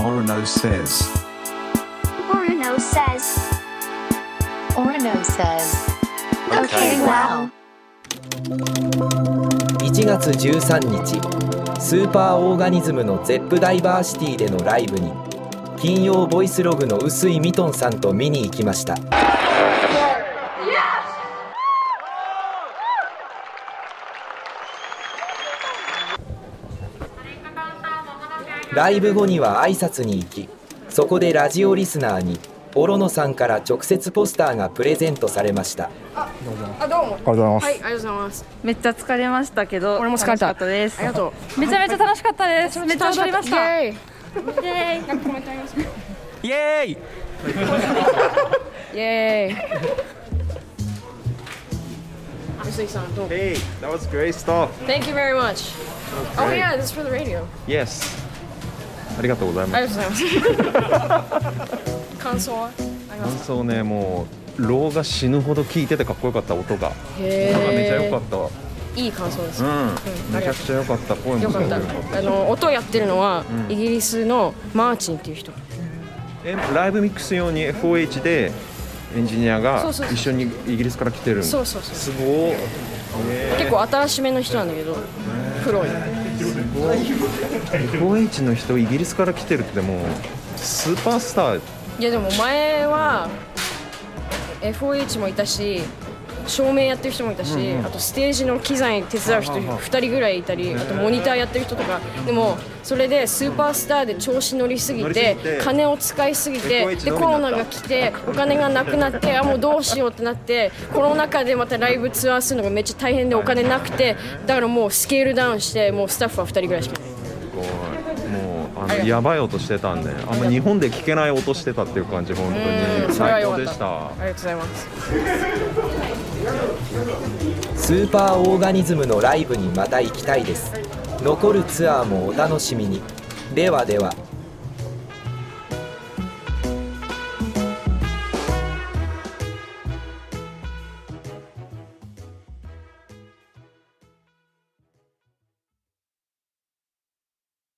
Orono says. Orono says. Orono says. Okay, wow. 1月13日、スーパーオーガニズムのゼップダイバーシティでのライブに金曜ボイスログの臼井ミトンさんと見に行きました。ライブ後には挨拶に行き、そこでラジオリスナーにオロノさんから直接ポスターがプレゼントされました。 どうも。 ありがとうございます。 はい、ありがとうございます。 めっちゃ疲れましたけど、 俺も疲れた。 楽しかったです。 ありがとう。 めちゃめちゃ楽しかったです。めっちゃ踊りました。 イエーイ。 イエーイ。 なんかコメントありますか？ イエーイイエーイ。臼井さんどう？ Hey, that was great stuff. Thank you very much. Oh yeah, this is for the radio. Yes. ありがとうございあります。 がとうございます。感想は？ありま感す想ね、もうローが死ぬほど聞いててかっこよかった音が。 か？へ音がめちゃー良かったわ。 いい感想です。 めちゃくちゃ良かった。声もすごいよかっ良かった。 た。音やってるのはイギリスのマーチンっていう人。 ライブミックス用に FOH でエンジニアがそうそうそう一緒にイギリスから来てるんだ。 そうそうそう。 すごい。 結構新しめの人なんだけど、プロに。 FOH の人イギリスから来てるってもうスーパースター。 いやでも前は FOH もいたし、照明やってる人もいたし、あとステージの機材手伝う人2人ぐらいいたり、あとモニターやってる人とか。でもそれでスーパースターで調子乗りすぎて金を使いすぎて、でコロナが来てお金がなくなって、もうどうしようってなって、コロナ禍でまたライブツアーするのがめっちゃ大変でお金なくて、だからもうスケールダウンして、もうスタッフは2人ぐらいしかいない。 もうやばい音してたんで、あんま日本で聞けない音してたっていう感じ。本当に最高でした。 ありがとうございます。 スーパーオーガニズムのライブにまた行きたいです。残るツアーもお楽しみに。ではでは。